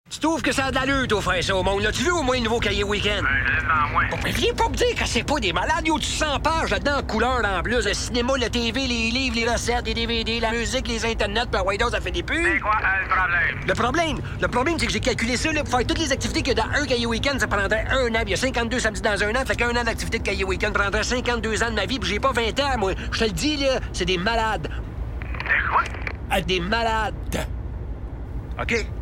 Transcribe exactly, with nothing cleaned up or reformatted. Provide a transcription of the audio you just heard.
Tu trouves que ça a de l'allure, toi, faire ça au monde, là? Tu veux au moins le nouveau cahier week-end? Ben, je laisse dans moi. Bon, mais viens pas me dire que c'est pas des malades. Yo, tu sens pages là-dedans en couleur, en plus. Le cinéma, la T V, les livres, les recettes, les D V D, la musique, les internets, puis White House, ça fait des pubs. C'est quoi euh, le problème? Le problème, le problème, c'est que j'ai calculé ça, là, pour faire toutes les activités qu'il y a dans un cahier week-end, ça prendrait un an. Il y a cinquante-deux samedis dans un an, fait qu'un an d'activité de cahier week-end prendrait cinquante-deux ans de ma vie, puis j'ai pas vingt ans, moi. Je te le dis, là, c'est des malades. C'est quoi? Ah, des malades. OK?